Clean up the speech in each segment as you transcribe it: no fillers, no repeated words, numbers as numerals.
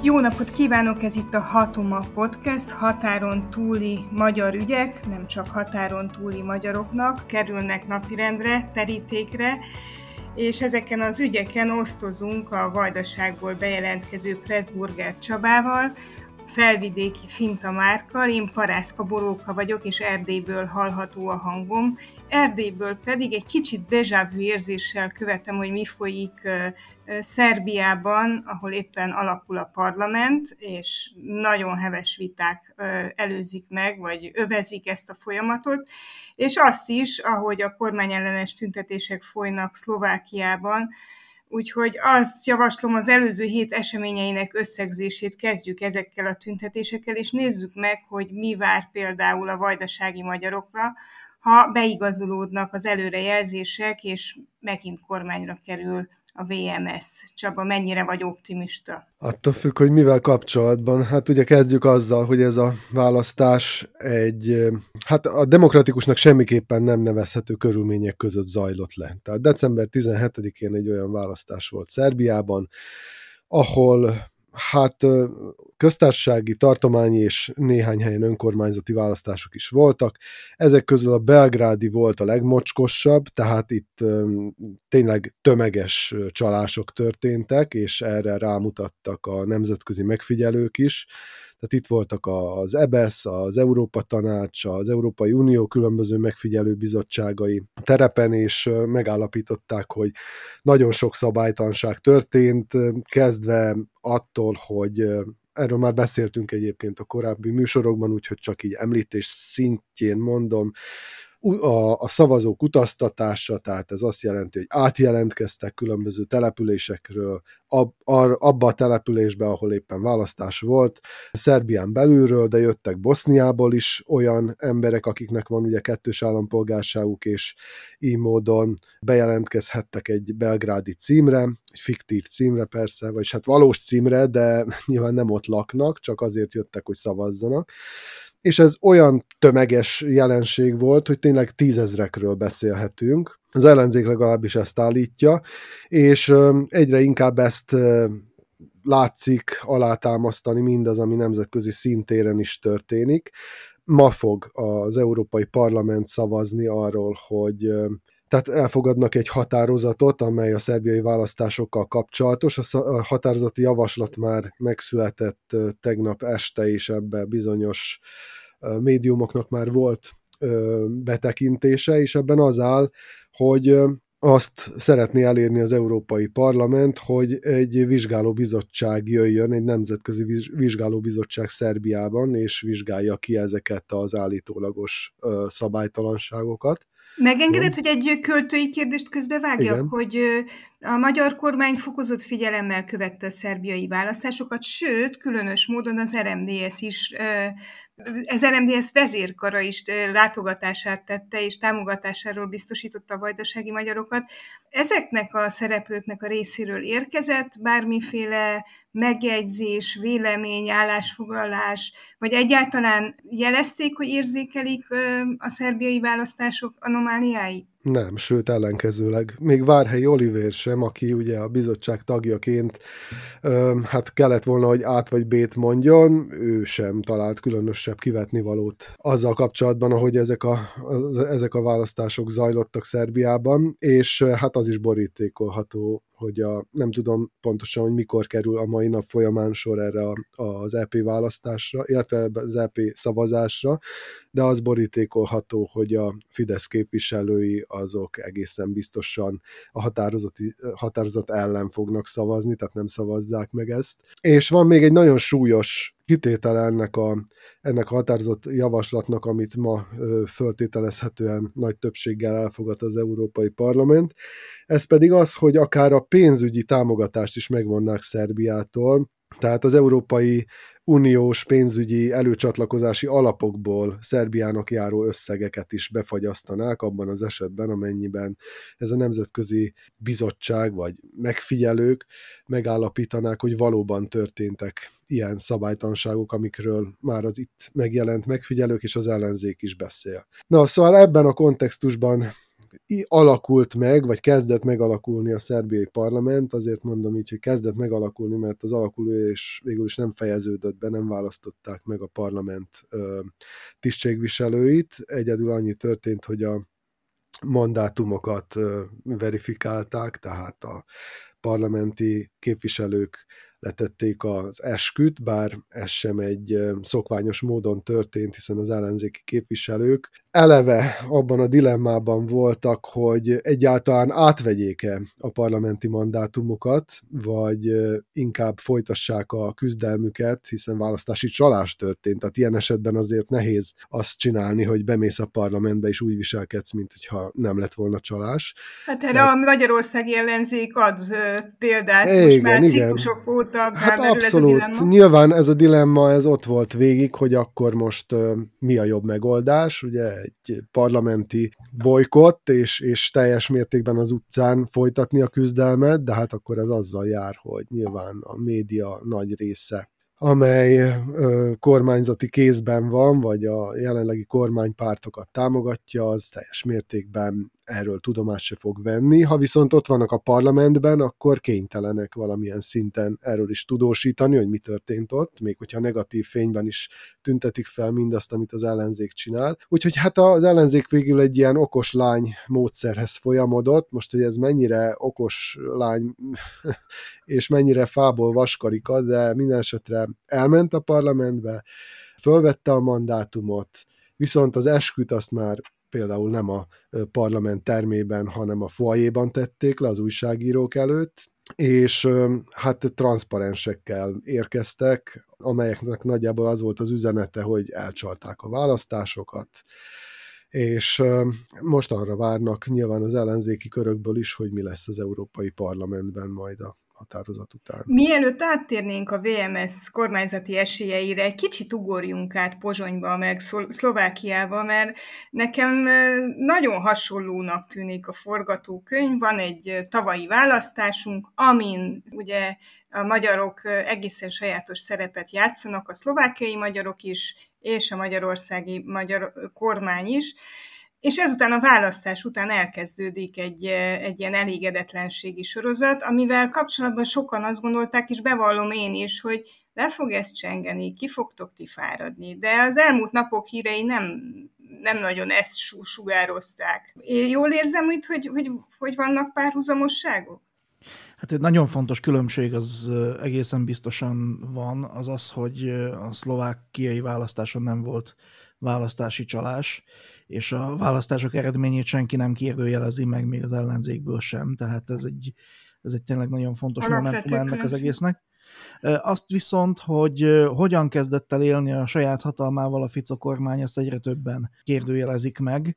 Jó napot kívánok, ez itt a Hatuma Podcast, határon túli magyar ügyek, nem csak határon túli magyaroknak kerülnek napirendre, terítékre, és ezeken az ügyeken osztozunk a Vajdaságból bejelentkező Pressburger Csabával, felvidéki Finta Márkkal, én Parászka Boróka vagyok, és Erdélyből hallható a hangom. Erdélyből pedig egy kicsit déjà vu érzéssel követem, hogy mi folyik Szerbiában, ahol éppen alakul a parlament, és nagyon heves viták előzik meg, vagy övezik ezt a folyamatot, és azt is, ahogy a kormányellenes tüntetések folynak Szlovákiában. Úgyhogy azt javaslom, az előző hét eseményeinek összegzését kezdjük ezekkel a tüntetésekkel, és nézzük meg, hogy mi vár például a vajdasági magyarokra, ha beigazolódnak az előrejelzések, és megint kormányra kerül a VMS. Csaba, mennyire vagy optimista? Attól függ, hogy mivel kapcsolatban. Hát ugye kezdjük azzal, hogy ez a választás a demokratikusnak semmiképpen nem nevezhető körülmények között zajlott le. Tehát december 17-én egy olyan választás volt Szerbiában, ahol köztársasági, tartományi és néhány helyen önkormányzati választások is voltak. Ezek közül a belgrádi volt a legmocskosabb, tehát itt tényleg tömeges csalások történtek, és erre rámutattak a nemzetközi megfigyelők is. Tehát itt voltak az EBESZ, az Európa Tanács, az Európai Unió különböző megfigyelő bizottságai terepen, és megállapították, hogy nagyon sok szabálytalanság történt, kezdve attól, hogy erről már beszéltünk egyébként a korábbi műsorokban, úgyhogy csak így említés szintjén mondom, a szavazók utaztatása, tehát ez azt jelenti, hogy átjelentkeztek különböző településekről abba a településbe, ahol éppen választás volt, Szerbián belülről, de jöttek Boszniából is olyan emberek, akiknek van ugye kettős állampolgárságuk, és így módon bejelentkezhettek egy belgrádi címre, egy fiktív címre persze, vagyis hát valós címre, de nyilván nem ott laknak, csak azért jöttek, hogy szavazzanak. És ez olyan tömeges jelenség volt, hogy tényleg 10 000-ekről beszélhetünk. Az ellenzék legalábbis ezt állítja, és egyre inkább ezt látszik alátámasztani mindaz, ami nemzetközi szintéren is történik. Ma fog az Európai Parlament szavazni arról, hogy tehát elfogadnak egy határozatot, amely a szerbiai választásokkal kapcsolatos. A határozati javaslat már megszületett tegnap este, és ebbe bizonyos médiumoknak már volt betekintése, és ebben az áll, hogy azt szeretné elérni az Európai Parlament, hogy egy vizsgálóbizottság jöjjön, egy nemzetközi vizsgálóbizottság Szerbiában, és vizsgálja ki ezeket az állítólagos szabálytalanságokat. Megengedett, hogy egy költői kérdést közbevágjak, Igen. hogy a magyar kormány fokozott figyelemmel követte a szerbiai választásokat, sőt, különös módon az RMDSZ vezérkara is látogatását tette, és támogatásáról biztosította a vajdasági magyarokat. Ezeknek a szereplőknek a részéről érkezett bármiféle megjegyzés, vélemény, állásfoglalás, vagy egyáltalán jelezték, hogy érzékelik a szerbiai választások anomáliái? Nem, sőt ellenkezőleg. Még Várhelyi Olivér sem, aki ugye a bizottság tagjaként kellett volna, hogy át vagy bét mondjon, ő sem talált különösebb kivetnivalót azzal kapcsolatban, ahogy ezek a választások zajlottak Szerbiában, és hát az is borítékolható, hogy nem tudom pontosan, hogy mikor kerül a mai nap folyamán sor erre az EP választásra, illetve az EP szavazásra, de az borítékolható, hogy a Fidesz képviselői azok egészen biztosan a határozat ellen fognak szavazni, tehát nem szavazzák meg ezt. És van még egy nagyon súlyos kitétele ennek a határozott javaslatnak, amit ma föltételezhetően nagy többséggel elfogad az Európai Parlament. Ez pedig az, hogy akár a pénzügyi támogatást is megvonnák Szerbiától, tehát az Európai Uniós pénzügyi előcsatlakozási alapokból Szerbiának járó összegeket is befagyasztanák abban az esetben, amennyiben ez a nemzetközi bizottság vagy megfigyelők megállapítanák, hogy valóban történtek ilyen szabálytalanságok, amikről már az itt megjelent megfigyelők és az ellenzék is beszél. Na, szóval ebben a kontextusban alakult meg, vagy kezdett megalakulni a szerbiai parlament, azért mondom így, hogy kezdett megalakulni, mert az alakulás végül is nem fejeződött be, nem választották meg a parlament tisztségviselőit. Egyedül annyi történt, hogy a mandátumokat verifikálták, tehát a parlamenti képviselők letették az esküt, bár ez sem egy szokványos módon történt, hiszen az ellenzéki képviselők eleve abban a dilemmában voltak, hogy egyáltalán átvegyék-e a parlamenti mandátumokat, vagy inkább folytassák a küzdelmüket, hiszen választási csalás történt. Tehát ilyen esetben azért nehéz azt csinálni, hogy bemész a parlamentbe és úgy viselkedsz, mint hogyha nem lett volna csalás. Hát erre a magyarországi ellenzék ad példát, most már ciklusok óta hát abszolút. Ez a nyilván ez a dilemma, ez ott volt végig, hogy akkor most mi a jobb megoldás, ugye egy parlamenti bolykott, és teljes mértékben az utcán folytatni a küzdelmet, de hát akkor ez azzal jár, hogy nyilván a média nagy része, amely kormányzati kézben van, vagy a jelenlegi kormánypártokat támogatja, az teljes mértékben erről tudomást se fog venni. Ha viszont ott vannak a parlamentben, akkor kénytelenek valamilyen szinten erről is tudósítani, hogy mi történt ott, még hogyha negatív fényben is tüntetik fel mindazt, amit az ellenzék csinál. Úgyhogy hát az ellenzék végül egy ilyen okos lány módszerhez folyamodott. Most, hogy ez mennyire okos lány és mennyire fából vaskarika, de minden esetre elment a parlamentbe, fölvette a mandátumot, viszont az esküt azt már például nem a parlament termében, hanem a foajéban tették le az újságírók előtt, és hát transzparensekkel érkeztek, amelyeknek nagyjából az volt az üzenete, hogy elcsalták a választásokat, és most arra várnak nyilván az ellenzéki körökből is, hogy mi lesz az Európai Parlamentben majd a határozat után. Mielőtt áttérnénk a VMS kormányzati esélyeire, egy kicsit ugorjunk át Pozsonyba, meg Szlovákiába, mert nekem nagyon hasonlónak tűnik a forgatókönyv. Van egy tavalyi választásunk, amin ugye a magyarok egészen sajátos szerepet játszanak, a szlovákiai magyarok is, és a magyarországi magyar kormány is. És ezután a választás után elkezdődik egy ilyen elégedetlenségi sorozat, amivel kapcsolatban sokan azt gondolták, és bevallom én is, hogy le fog ezt csengeni, ki fogtok ti fáradni. De az elmúlt napok hírei nem nagyon ezt sugározták. Jól érzem itt, hogy vannak párhuzamosságok? Hát egy nagyon fontos különbség az egészen biztosan van, az az, hogy a szlovákiai választáson nem volt választási csalás, és a választások eredményét senki nem kérdőjelezi meg, még az ellenzékből sem, tehát ez egy tényleg nagyon fontos momentum ennek az egésznek. Azt viszont, hogy hogyan kezdett el élni a saját hatalmával a Fico kormány, ezt egyre többen kérdőjelezik meg,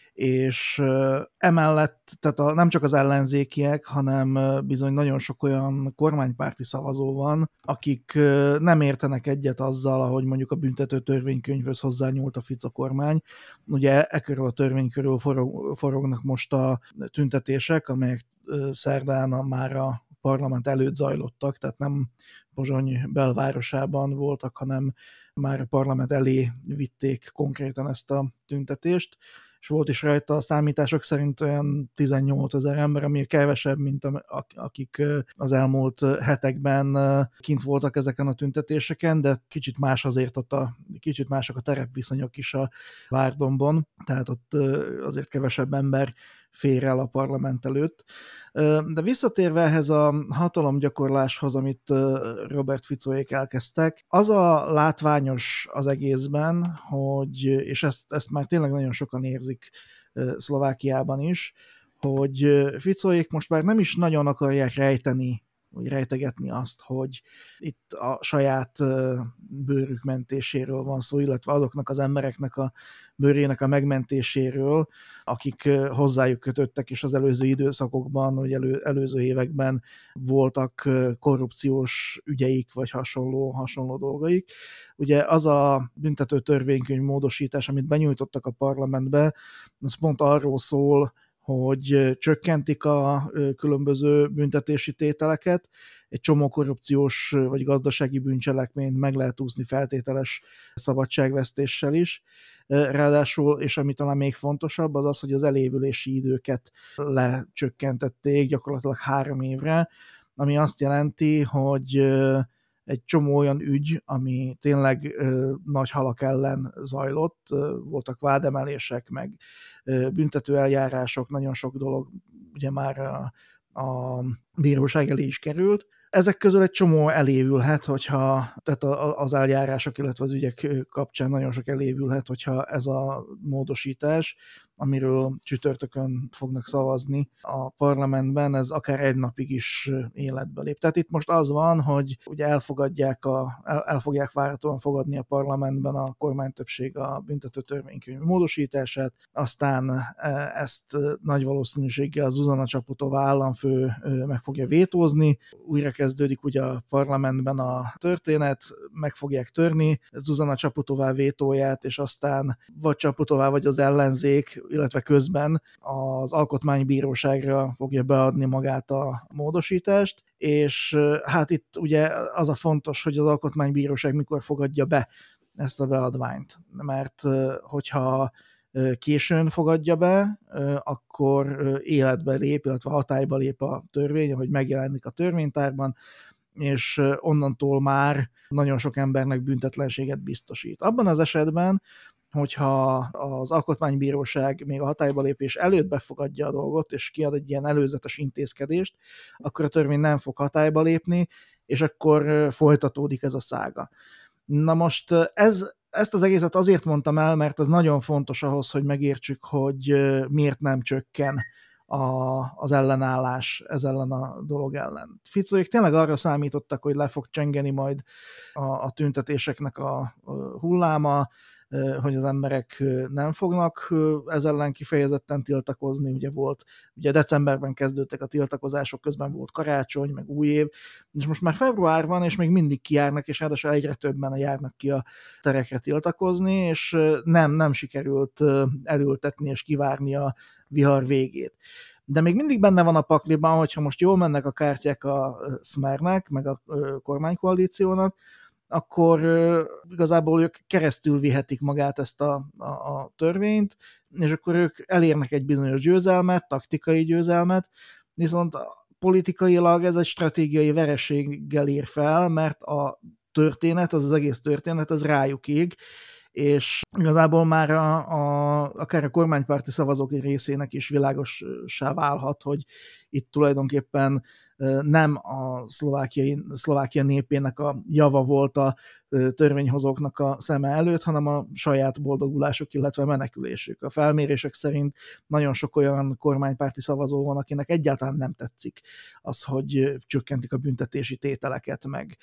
és emellett, tehát nem csak az ellenzékiek, hanem bizony nagyon sok olyan kormánypárti szavazó van, akik nem értenek egyet azzal, ahogy mondjuk a büntető törvénykönyvhöz hozzányúlt a Fico kormány. Ugye ekkörül a törvény körül forognak most a tüntetések, amelyek szerdán már a parlament előtt zajlottak, tehát nem Pozsony belvárosában voltak, hanem már a parlament elé vitték konkrétan ezt a tüntetést, és volt is rajta a számítások szerint olyan 18 000 ember, ami kevesebb, mint akik az elmúlt hetekben kint voltak ezeken a tüntetéseken, de kicsit más azért kicsit mások a terepviszonyok is a Várdombon, tehát ott azért kevesebb ember fér el a parlament előtt. De visszatérve ehhez a hatalomgyakorláshoz, amit Robert Ficóék elkezdtek, az a látványos az egészben, hogy, és ezt már tényleg nagyon sokan érzik Szlovákiában is, hogy Ficóék most már nem is nagyon akarják rejtegetni azt, hogy itt a saját bőrük mentéséről van szó, illetve azoknak az embereknek a bőrének a megmentéséről, akik hozzájuk kötöttek, és az előző időszakokban, vagy előző években voltak korrupciós ügyeik, vagy hasonló dolgaik. Ugye az a büntető törvénykönyv módosítás, amit benyújtottak a parlamentbe, az pont arról szól, hogy csökkentik a különböző büntetési tételeket, egy csomó korrupciós vagy gazdasági bűncselekményt meg lehet úszni feltételes szabadságvesztéssel is. Ráadásul, és ami talán még fontosabb, az az, hogy az elévülési időket lecsökkentették gyakorlatilag 3 évre, ami azt jelenti, hogy egy csomó olyan ügy, ami tényleg nagy halak ellen zajlott, voltak vádemelések, meg büntetőeljárások, nagyon sok dolog ugye már a bíróság elé is került. Ezek közül egy csomó elévülhet, tehát az eljárások, illetve az ügyek kapcsán nagyon sok elévülhet, hogyha ez a módosítás, amiről csütörtökön fognak szavazni a parlamentben, ez akár egy napig is életbe lép. Tehát itt most az van, hogy ugye el fogják várhatóan fogadni a parlamentben a kormánytöbbség a büntető törvénykönyv módosítását, aztán ezt nagy valószínűséggel Zuzana Čaputová államfő meg fogja vétózni, újra kezdődik ugye a parlamentben a történet, meg fogják törni Zuzana Čaputová vétóját, és aztán vagy Čaputová, vagy az ellenzék, illetve közben az alkotmánybíróságra fogja beadni magát a módosítást, és hát itt ugye az a fontos, hogy az alkotmánybíróság mikor fogadja be ezt a beadványt, mert hogyha későn fogadja be, akkor életbe lép, illetve hatályba lép a törvény, ahogy megjelenik a törvénytárban, és onnantól már nagyon sok embernek büntetlenséget biztosít. Abban az esetben, hogyha az alkotmánybíróság még a hatályba lépés előtt befogadja a dolgot, és kiad egy ilyen előzetes intézkedést, akkor a törvény nem fog hatályba lépni, és akkor folytatódik ez a szága. Na most ezt az egészet azért mondtam el, mert ez nagyon fontos ahhoz, hogy megértsük, hogy miért nem csökken az ellenállás ez ellen a dolog ellen. Ficóék tényleg arra számítottak, hogy le fog csengeni majd a tüntetéseknek a hulláma, hogy az emberek nem fognak ez ellen kifejezetten tiltakozni. Ugye decemberben kezdődtek a tiltakozások, közben volt karácsony, meg új év, és most már február van, és még mindig kijárnak, és ráadásul egyre többen járnak ki a terekre tiltakozni, és nem sikerült elültetni és kivárni a vihar végét. De még mindig benne van a pakliban, hogyha most jól mennek a kártyák a Smernek, meg a kormánykoalíciónak, akkor igazából ők keresztül vihetik magát ezt a törvényt, és akkor ők elérnek egy bizonyos győzelmet, taktikai győzelmet, viszont politikailag ez egy stratégiai vereséggel ér fel, mert a történet, az egész történet, az rájuk ég, és igazából már akár a kormánypárti szavazók egy részének is világossá válhat, hogy itt tulajdonképpen nem a Szlovákia népének a java volt a törvényhozóknak a szeme előtt, hanem a saját boldogulásuk, illetve menekülésük. A felmérések szerint nagyon sok olyan kormánypárti szavazó van, akinek egyáltalán nem tetszik az, hogy csökkentik a büntetési tételeket, meg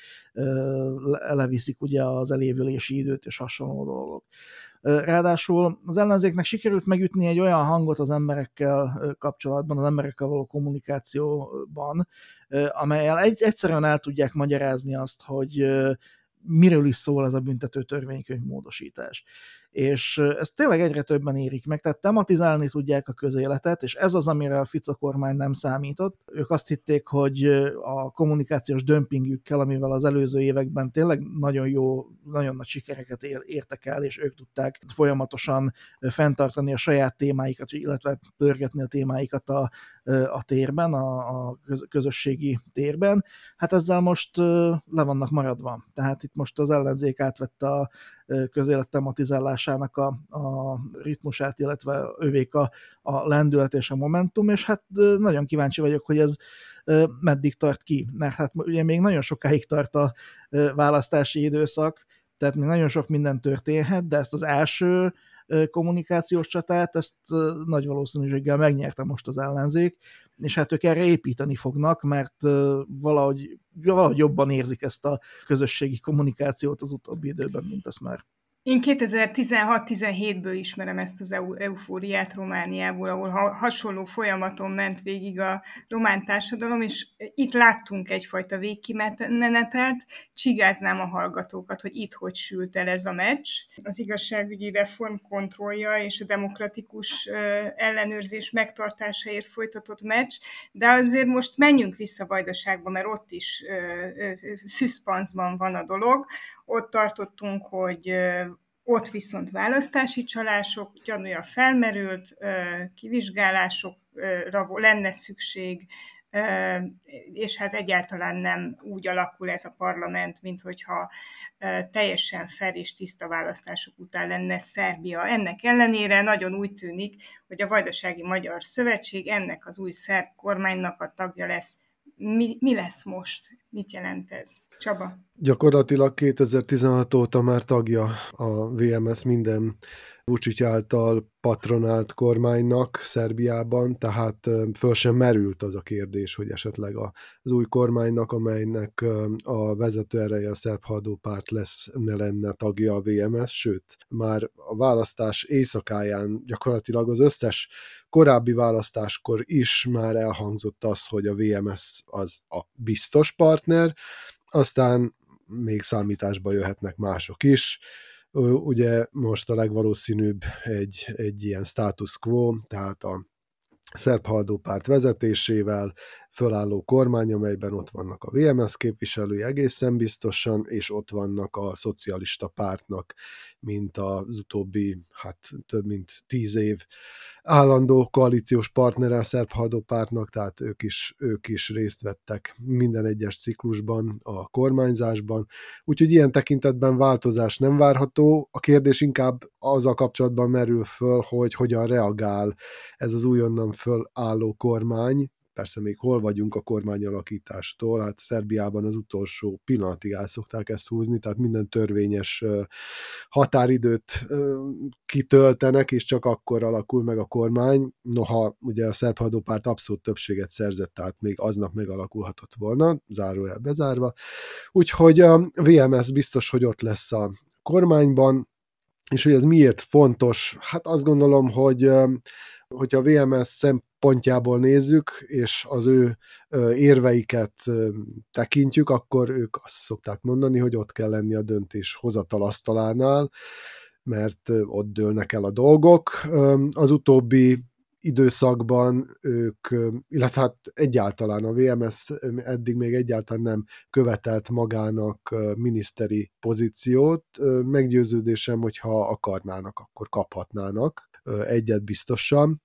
leviszik ugye az elévülési időt és hasonló dolgok. Ráadásul az ellenzéknek sikerült megütni egy olyan hangot az emberekkel kapcsolatban, az emberekkel való kommunikációban, amellyel egyszerűen el tudják magyarázni azt, hogy miről is szól ez a büntető törvénykönyv módosítás. És ezt tényleg egyre többen érik meg, tehát tematizálni tudják a közéletet, és ez az, amire a Fico kormány nem számított. Ők azt hitték, hogy a kommunikációs dömpingükkel, amivel az előző években tényleg nagyon nagy sikereket értek el, és ők tudták folyamatosan fenntartani a saját témáikat, illetve pörgetni a témáikat a térben, a közösségi térben. Hát ezzel most le vannak maradva. Tehát itt most az ellenzék átvette a közélet tematizálásának a ritmusát, illetve övék a lendület és a momentum, és hát nagyon kíváncsi vagyok, hogy ez meddig tart ki, mert hát ugye még nagyon sokáig tart a választási időszak, tehát még nagyon sok minden történhet, de ezt az első kommunikációs csatát, ezt nagy valószínűséggel megnyerte most az ellenzék, és hát ők erre építeni fognak, mert valahogy jobban érzik ezt a közösségi kommunikációt az utóbbi időben, mint ezt már. Én 2016-17-ből ismerem ezt az eufóriát Romániából, ahol hasonló folyamaton ment végig a román társadalom, és itt láttunk egyfajta végkimenetelt. Csigáznám a hallgatókat, hogy itt hogy sült el ez a meccs. Az igazságügyi reform kontrollja és a demokratikus ellenőrzés megtartásáért folytatott meccs, de azért most menjünk vissza Vajdaságba, mert ott is szüszpanszban van a dolog. Ott tartottunk, hogy ott viszont választási csalások gyanúja felmerült, kivizsgálásokra lenne szükség, és hát egyáltalán nem úgy alakul ez a parlament, mint hogyha teljesen fair és tiszta választások után lenne Szerbia. Ennek ellenére nagyon úgy tűnik, hogy a Vajdasági Magyar Szövetség ennek az új szerb kormánynak a tagja lesz. Mi lesz most? Mit jelent ez? Csaba? Gyakorlatilag 2016 óta már tagja a VMS minden Vučić által patronált kormánynak Szerbiában, tehát föl sem merült az a kérdés, hogy esetleg az új kormánynak, amelynek a vezetőereje a szerb haladó párt lesz, ne lenne tagja a VMS, sőt, már a választás éjszakáján gyakorlatilag az összes korábbi választáskor is már elhangzott az, hogy a VMS az a biztos partner, aztán még számításba jöhetnek mások is. Ugye most a legvalószínűbb egy ilyen status quo, tehát a szerb haladó párt vezetésével fölálló kormány, amelyben ott vannak a VMS képviselői egészen biztosan, és ott vannak a szocialista pártnak, mint az utóbbi, több mint 10 év állandó koalíciós partnere a szerb haladó pártnak, tehát ők is részt vettek minden egyes ciklusban, a kormányzásban. Úgyhogy ilyen tekintetben változás nem várható. A kérdés inkább azzal kapcsolatban merül föl, hogy hogyan reagál ez az újonnan fölálló kormány. Persze még hol vagyunk a kormányalakítástól, hát Szerbiában az utolsó pillanatig el szokták ezt húzni, tehát minden törvényes határidőt kitöltenek, és csak akkor alakul meg a kormány. Noha ugye a szerb haladó párt abszolút többséget szerzett, tehát még aznap megalakulhatott volna, zárójel bezárva. Úgyhogy a VMS biztos, hogy ott lesz a kormányban, és hogy ez miért fontos? Hát azt gondolom, hogy hogyha a VMS szempontjából nézzük, és az ő érveiket tekintjük, akkor ők azt szokták mondani, hogy ott kell lenni a döntéshozatal asztalánál, mert ott dőlnek el a dolgok. Az utóbbi időszakban ők, illetve hát egyáltalán a VMS eddig még egyáltalán nem követelt magának miniszteri pozíciót. Meggyőződésem, hogyha akarnának, akkor kaphatnának egyet biztosan,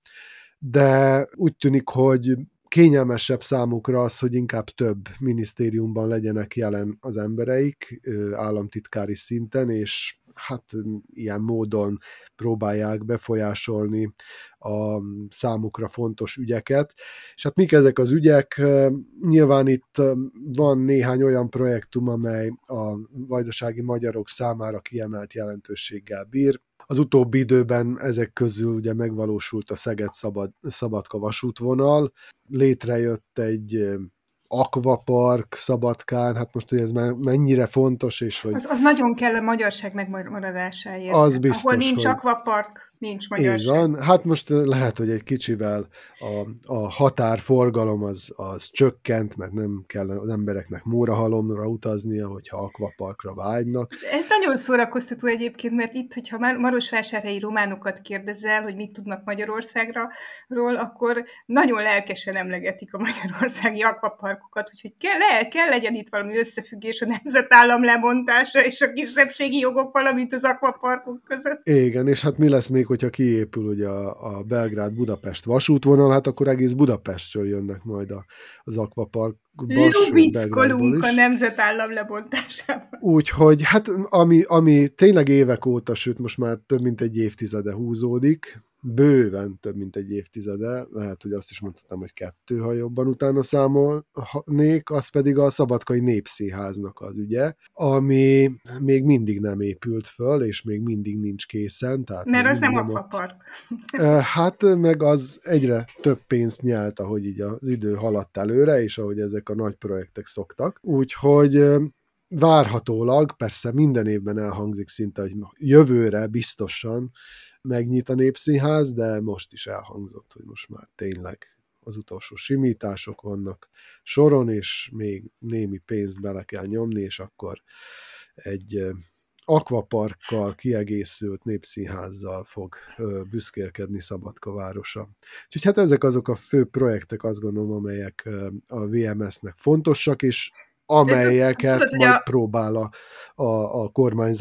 de úgy tűnik, hogy kényelmesebb számukra az, hogy inkább több minisztériumban legyenek jelen az embereik államtitkári szinten, és hát ilyen módon próbálják befolyásolni a számukra fontos ügyeket. És hát mik ezek az ügyek? Nyilván itt van néhány olyan projektum, amely a vajdasági magyarok számára kiemelt jelentőséggel bír. Az utóbbi időben ezek közül ugye megvalósult a Szeged-Szabadka vasútvonal, létrejött egy akvapark Szabadkán, hát most, hogy ez már mennyire fontos, és hogy... Az nagyon kell a magyarság megmaradásáért. Az biztos, ahol nincs akvapark, nincs magyarság. Így van, hát most lehet, hogy egy kicsivel a határforgalom az csökkent, mert nem kell az embereknek Mórahalomra utaznia, hogyha akvaparkra vágynak. Ez nagyon szórakoztató egyébként, mert itt, hogyha marosvásárhelyi románokat kérdezel, hogy mit tudnak Magyarországról, akkor nagyon lelkesen emlegetik a magyarországi akvaparkokat, úgyhogy kell legyen itt valami összefüggés a nemzetállam lebontása és a kisebbségi jogok, valamint az akvaparkok között. Igen, és hát mi lesz még, hogyha kiépül ugye a Belgrád-Budapest vasútvonal, hát akkor egész Budapestről jönnek majd az akvaparkba. Lubickolunk a nemzetállam lebontásában. Úgyhogy hát ami tényleg évek óta, sőt most már több mint egy évtizede húzódik, bőven több mint egy évtizede, lehet, hogy azt is mondhatnám, hogy 2, ha jobban utána számolnék, az pedig a Szabadkai Népszínháznak az ügye, ami még mindig nem épült föl, és még mindig nincs készen. Tehát mert az nem akvapark. Hát meg az egyre több pénzt nyelt, ahogy így az idő haladt előre, és ahogy ezek a nagy projektek szoktak. Úgyhogy várhatólag, persze minden évben elhangzik szinte, hogy jövőre biztosan megnyit a Népszínház, de most is elhangzott, hogy most már tényleg az utolsó simítások vannak soron, és még némi pénzt bele kell nyomni, és akkor egy akvaparkkal kiegészült népszínházzal fog büszkélkedni Szabadka városa. Úgyhogy hát ezek azok a fő projektek, azt gondolom, amelyek a VMS-nek fontosak, és amelyeket majd próbál a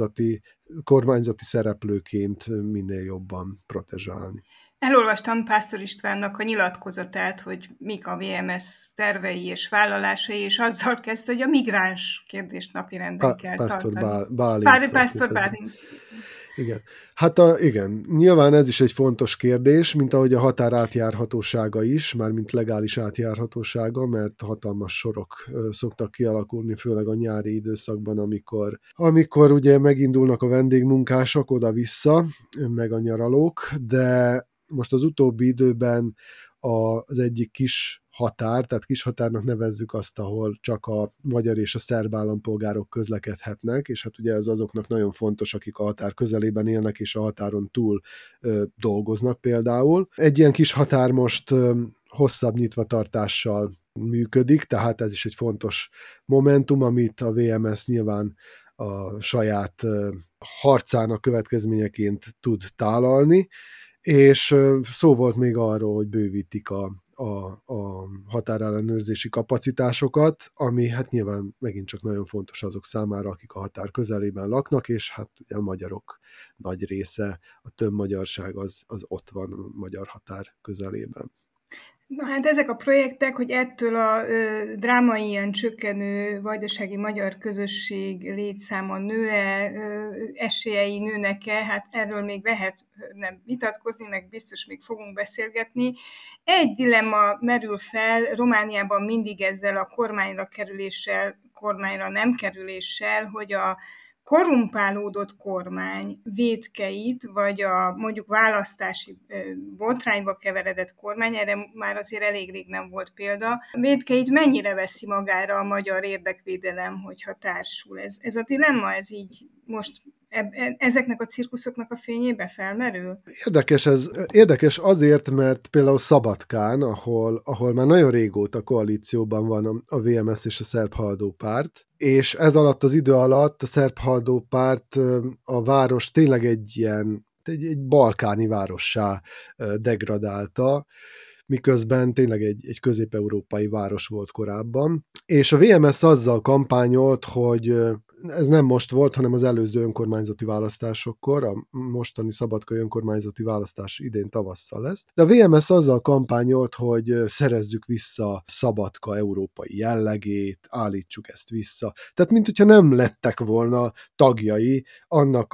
kormányzati szereplőként minél jobban protezsálni. Elolvastam Pásztor Istvánnak a nyilatkozatát, hogy mik a VMS tervei és vállalásai, és azzal kezdte, hogy a migráns kérdést napirenden kell tartani. Pásztor Bálint. Igen. Hát igen, nyilván ez is egy fontos kérdés, mint ahogy a határ átjárhatósága is, mármint legális átjárhatósága, mert hatalmas sorok szoktak kialakulni, főleg a nyári időszakban, amikor ugye megindulnak a vendégmunkások oda-vissza, meg a nyaralók, de most az utóbbi időben az egyik kis határ, tehát kis határnak nevezzük azt, ahol csak a magyar és a szerb állampolgárok közlekedhetnek, és hát ugye ez azoknak nagyon fontos, akik a határ közelében élnek, és a határon túl dolgoznak például. Egy ilyen kis határ most hosszabb nyitvatartással működik, tehát ez is egy fontos momentum, amit a VMS nyilván a saját harcának következményeként tud tálalni, és szó volt még arról, hogy bővítik a határellenőrzési kapacitásokat, ami hát nyilván megint csak nagyon fontos azok számára, akik a határ közelében laknak, és hát ugye a magyarok nagy része, a több magyarság az ott van a magyar határ közelében. Na hát ezek a projektek, hogy ettől a drámaian csökkenő vajdasági magyar közösség létszáma nő-e, esélyei nőnek-e, hát erről még lehet nem vitatkozni, meg biztos még fogunk beszélgetni. Egy dilemma merül fel Romániában mindig ezzel a kormányra nem kerüléssel, hogy a korrumpálódott kormány vétkeit, vagy a mondjuk választási botrányba keveredett kormány, erre már azért elég rég nem volt példa, vétkeit mennyire veszi magára a magyar érdekvédelem, hogyha társul? Ez a dilemma, ez így most ezeknek a cirkuszoknak a fényébe felmerül? Érdekes azért, mert például Szabadkán, ahol már nagyon régóta koalícióban van a VMS és a Szerb Haladó Párt, és ez alatt az idő alatt a Szerb Haladó Párt a város tényleg egy balkáni várossá degradálta, miközben tényleg egy közép-európai város volt korábban. És a VMS azzal kampányolt, hogy ez nem most volt, hanem az előző önkormányzati választásokkor, a mostani szabadkai önkormányzati választás idén tavasszal lesz. De a VMS azzal kampányolt, hogy szerezzük vissza Szabadka európai jellegét, állítsuk ezt vissza. Tehát, mint hogyha nem lettek volna tagjai annak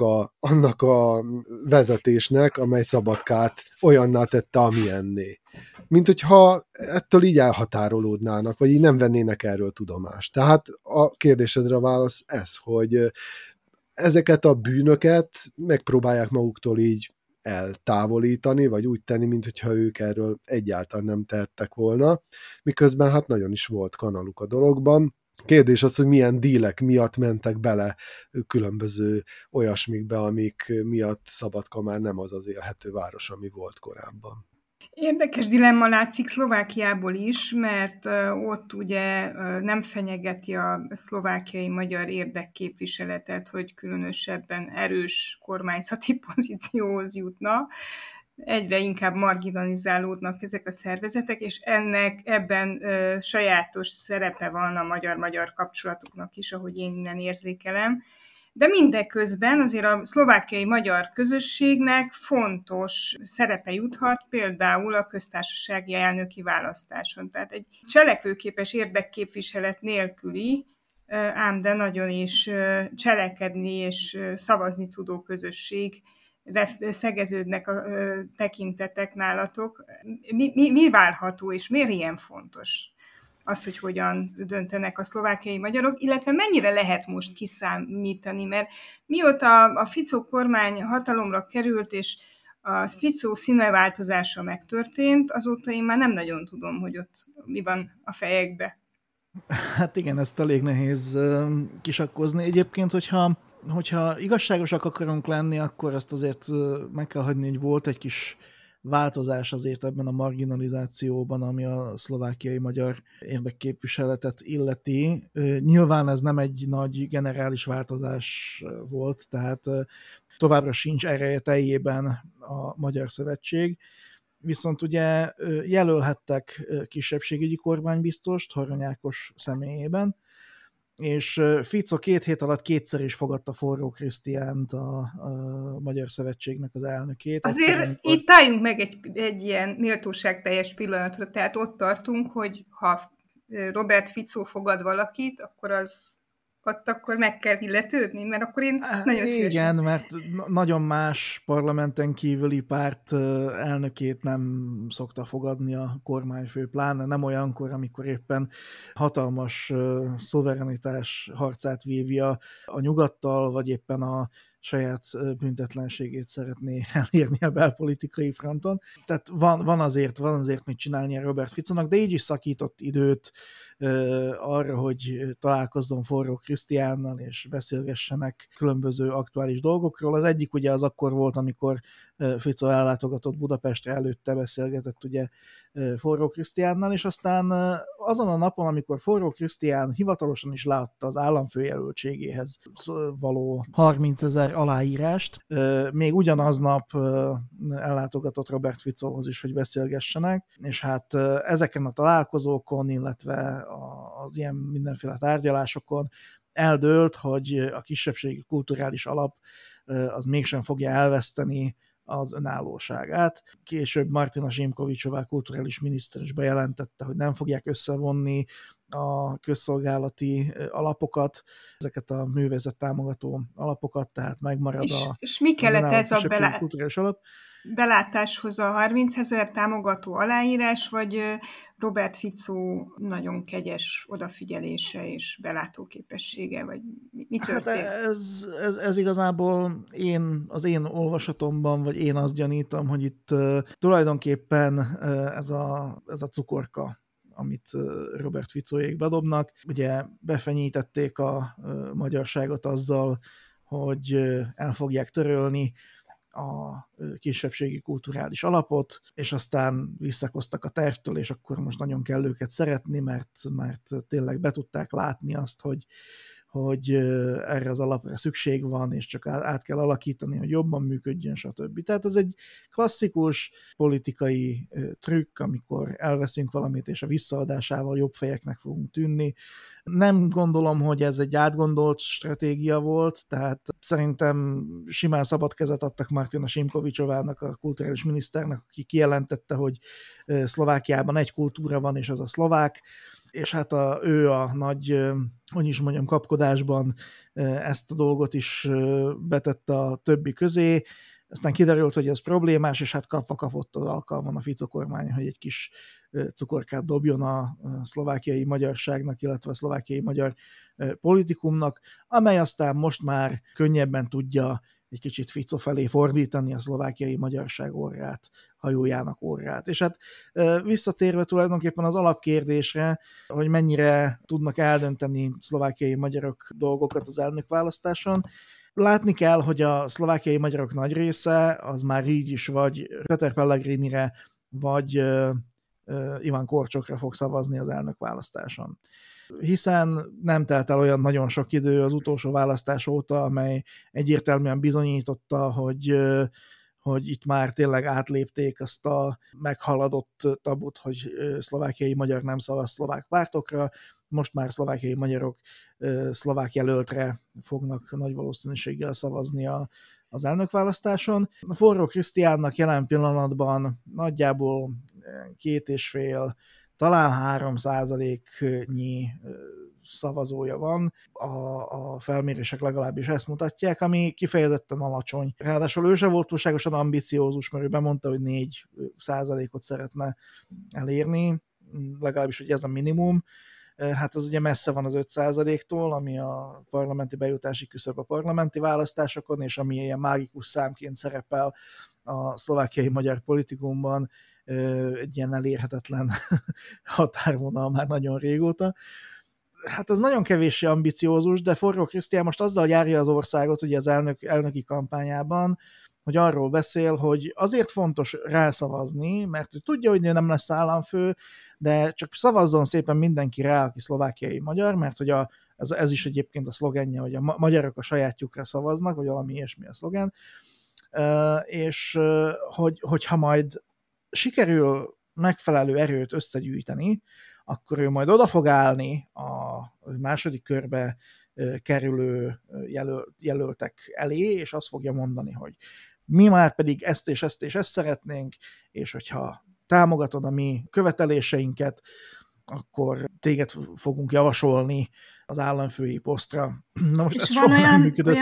a vezetésnek, amely Szabadkát olyanná tette, amilyenné. Mint hogyha ettől így elhatárolódnának, vagy így nem vennének erről tudomást. Tehát a kérdésedre a válasz ez, hogy ezeket a bűnöket megpróbálják maguktól így eltávolítani, vagy úgy tenni, mintha ők erről egyáltalán nem tehettek volna, miközben hát nagyon is volt kanaluk a dologban. Kérdés az, hogy milyen dílek miatt mentek bele különböző olyasmikbe, amik miatt Szabadka már nem az élhető város, ami volt korábban. Érdekes dilemma látszik Szlovákiából is, mert ott ugye nem fenyegeti a szlovákiai magyar érdekképviseletet, hogy különösebben erős kormányzati pozícióhoz jutna. Egyre inkább marginalizálódnak ezek a szervezetek, és ebben sajátos szerepe van a magyar-magyar kapcsolatoknak is, ahogy én innen érzékelem. De mindeközben azért a szlovákiai magyar közösségnek fontos szerepe juthat például a köztársasági elnöki választáson. Tehát egy cselekvőképes érdekképviselet nélküli, ám de nagyon is cselekedni és szavazni tudó közösség szegeződnek a tekintetek nálatok. Mi várható és miért ilyen fontos az, hogy hogyan döntenek a szlovákiai magyarok, illetve mennyire lehet most kiszámítani, mert mióta a Fico kormány hatalomra került, és a Fico színváltozása megtörtént, azóta én már nem nagyon tudom, hogy ott mi van a fejekbe. Hát igen, ezt elég nehéz kisakkozni. Egyébként, hogyha igazságosak akarunk lenni, akkor azt azért meg kell hagyni, hogy volt egy kis változás azért ebben a marginalizációban, ami a szlovákiai magyar érdekképviseletet illeti. Nyilván ez nem egy nagy generális változás volt, tehát továbbra sincs ereje teljében a Magyar Szövetség, viszont ugye jelölhettek kisebbségügyi kormánybiztost Horony Ákos személyében, és Fico 2 hét alatt kétszer is fogadta Forró Krisztiánt, a Magyar Szövetségnek az elnökét. Azért amikor... itt álljunk meg egy ilyen méltóságteljes pillanatra, tehát ott tartunk, hogy ha Robert Fico fogad valakit, akkor akkor meg kell illetődni, mert akkor én nagyon szívesen... Igen, mert nagyon más parlamenten kívüli párt elnökét nem szokta fogadni a kormányfő, pláne nem olyankor, amikor éppen hatalmas szuverenitás harcát vívja a nyugattal, vagy éppen a saját büntetlenségét szeretné elérni a belpolitikai fronton. Tehát van azért mit csinálnia Robert Ficónak, de így is szakított időt arra, hogy találkozzon Forró Krisztiánnal, és beszélgessenek különböző aktuális dolgokról. Az egyik ugye az akkor volt, amikor Fico ellátogatott Budapestre, előtte beszélgetett ugye Forró Krisztiánnal, és aztán azon a napon, amikor Forró Krisztián hivatalosan is leadta az államfőjelöltségéhez való 30 000 aláírást, még ugyanaznap ellátogatott Robert Ficóhoz is, hogy beszélgessenek, és hát ezeken a találkozókon, illetve az ilyen mindenféle tárgyalásokon eldőlt, hogy a kisebbségi kulturális alap az mégsem fogja elveszteni az önállóságát. Később Martina Zsimkovicsová kulturális miniszter is bejelentette, hogy nem fogják összevonni a közszolgálati alapokat, ezeket a művészet támogató alapokat, tehát megmarad és mi kellett ez a kulturális alap. Belátáshoz a 30 000 támogató aláírás, vagy Robert Fico nagyon kegyes odafigyelése és belátóképessége, vagy mi történt? Hát ez igazából az én olvasatomban, vagy én azt gyanítom, hogy itt tulajdonképpen ez a cukorka, amit Robert Ficóék bedobnak. Ugye befenyítették a magyarságot azzal, hogy el fogják törölni a kisebbségi kulturális alapot, és aztán visszakoztak a tervtől, és akkor most nagyon kell őket szeretni, mert tényleg be tudták látni azt, hogy erre az alapra szükség van, és csak át kell alakítani, hogy jobban működjön, stb. Tehát ez egy klasszikus politikai trükk, amikor elveszünk valamit, és a visszaadásával jobb fejeknek fogunk tűnni. Nem gondolom, hogy ez egy átgondolt stratégia volt, tehát szerintem simán szabad kezet adtak Martina Zsimkovicsovának, a kulturális miniszternek, aki kijelentette, hogy Szlovákiában egy kultúra van, és az a szlovák, és hát ő a nagy, hogy is mondjam, kapkodásban ezt a dolgot is betette a többi közé, aztán kiderült, hogy ez problémás, és hát kapott az alkalmon a Fico kormány, hogy egy kis cukorkát dobjon a szlovákiai magyarságnak, illetve a szlovákiai magyar politikumnak, amely aztán most már könnyebben tudja egy kicsit Fico felé fordítani a szlovákiai magyarság orrát, hajójának orrát. És hát visszatérve tulajdonképpen az alapkérdésre, hogy mennyire tudnak eldönteni szlovákiai magyarok dolgokat az elnökválasztáson, látni kell, hogy a szlovákiai magyarok nagy része az már így is vagy Peter Pellegrinire, vagy Iván Korcsokra fog szavazni az elnökválasztáson. Hiszen nem telt el olyan nagyon sok idő az utolsó választás óta, amely egyértelműen bizonyította, hogy itt már tényleg átlépték azt a meghaladott tabut, hogy szlovákiai magyar nem szavaz szlovák pártokra, most már szlovákiai magyarok szlovák jelöltre fognak nagy valószínűséggel szavazni az elnökválasztáson. A Forró Krisztiánnak jelen pillanatban nagyjából 2,5, talán 3%-nyi szavazója van, a felmérések legalábbis ezt mutatják, ami kifejezetten alacsony. Ráadásul ő sem volt túlságosan ambiciózus, mert ő bemondta, hogy 4%-ot szeretne elérni, legalábbis, hogy ez a minimum. Hát az ugye messze van az 5%-tól, ami a parlamenti bejutási küszöb a parlamenti választásokon, és ami ilyen mágikus számként szerepel a szlovákiai magyar politikumban, egy ilyen elérhetetlen határvonal már nagyon régóta. hát ez nagyon kevéssé ambiciózus, de Forró Krisztián most azzal járja az országot ugye az elnöki kampányában, hogy arról beszél, hogy azért fontos rászavazni, mert ő tudja, hogy ő nem lesz államfő, de csak szavazzon szépen mindenki rá, aki szlovákiai magyar, mert hogy ez is egyébként a szlogenje, hogy a magyarok a sajátjukra szavaznak, vagy valami ilyesmi a szlogen, és hogyha majd sikerül megfelelő erőt összegyűjteni, akkor ő majd oda fog állni a második körbe kerülő jelöltek elé, és azt fogja mondani, hogy mi már pedig ezt és ezt és ezt szeretnénk, és hogyha támogatod a mi követeléseinket, akkor téged fogunk javasolni az államfői posztra. Na most ez soha nem működött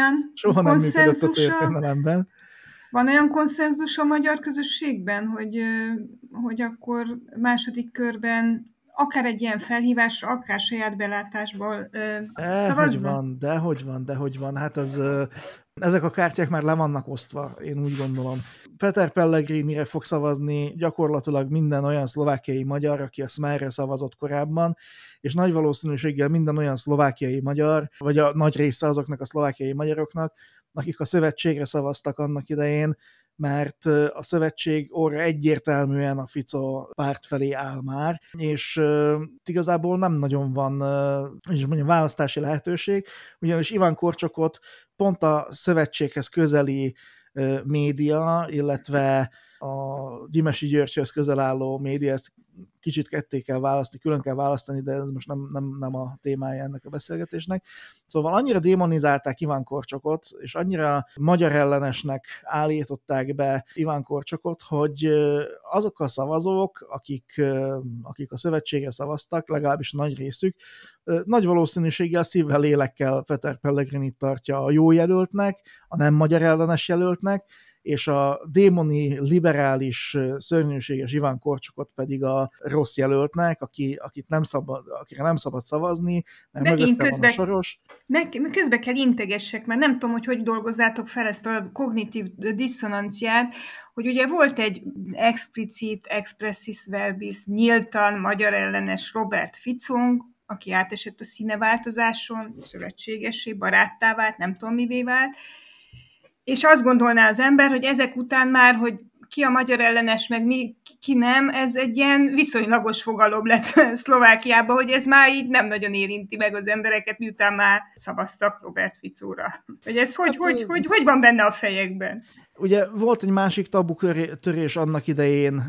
a történelemben. Van olyan konszenzus a magyar közösségben, hogy akkor második körben akár egy ilyen felhívásra, akár saját belátásból szavazzon? Dehogy van. Hát ezek a kártyák már le vannak osztva, én úgy gondolom. Peter Pellegrinire fog szavazni gyakorlatilag minden olyan szlovákiai magyar, aki a Smerre szavazott korábban, és nagy valószínűséggel minden olyan szlovákiai magyar, vagy a nagy része azoknak a szlovákiai magyaroknak, akik a szövetségre szavaztak annak idején, mert a szövetség orra egyértelműen a Fico párt felé áll már, és igazából nem nagyon van választási lehetőség, ugyanis Iván Korcsokot pont a szövetséghez közeli média, illetve a Gyimesi Györgyhöz közel álló média, ezt kicsit ketté kell választani, külön kell választani, de ez most nem a témája ennek a beszélgetésnek. Szóval annyira démonizálták Iván Korcsokot, és annyira magyar ellenesnek állították be Iván Korcsokot, hogy azok a szavazók, akik a szövetségre szavaztak, legalábbis nagy részük, nagy valószínűséggel szívvel, lélekkel Peter Pellegrinit tartja a jó jelöltnek, a nem magyar ellenes jelöltnek, és a démoni, liberális, szörnyűséges Iván Korcsokot pedig a rossz jelöltnek, akire nem szabad szavazni, mert mögötte van a Soros. Közben kell integessek, mert nem tudom, hogy dolgozzátok fel ezt a kognitív diszonanciát, hogy ugye volt egy explicit, expressis verbis, nyíltan magyar ellenes Robert Ficónk, aki átesett a színeváltozáson, szövetségessé, baráttá vált, nem tudom mivé vált, és azt gondolná az ember, hogy ezek után már, hogy ki a magyar ellenes, meg ki nem, ez egy ilyen viszonylagos fogalom lett Szlovákiában, hogy ez már így nem nagyon érinti meg az embereket, miután már szavaztak Robert Ficóra. Hogy ez hogy van benne a fejekben? Ugye volt egy másik tabutörés annak idején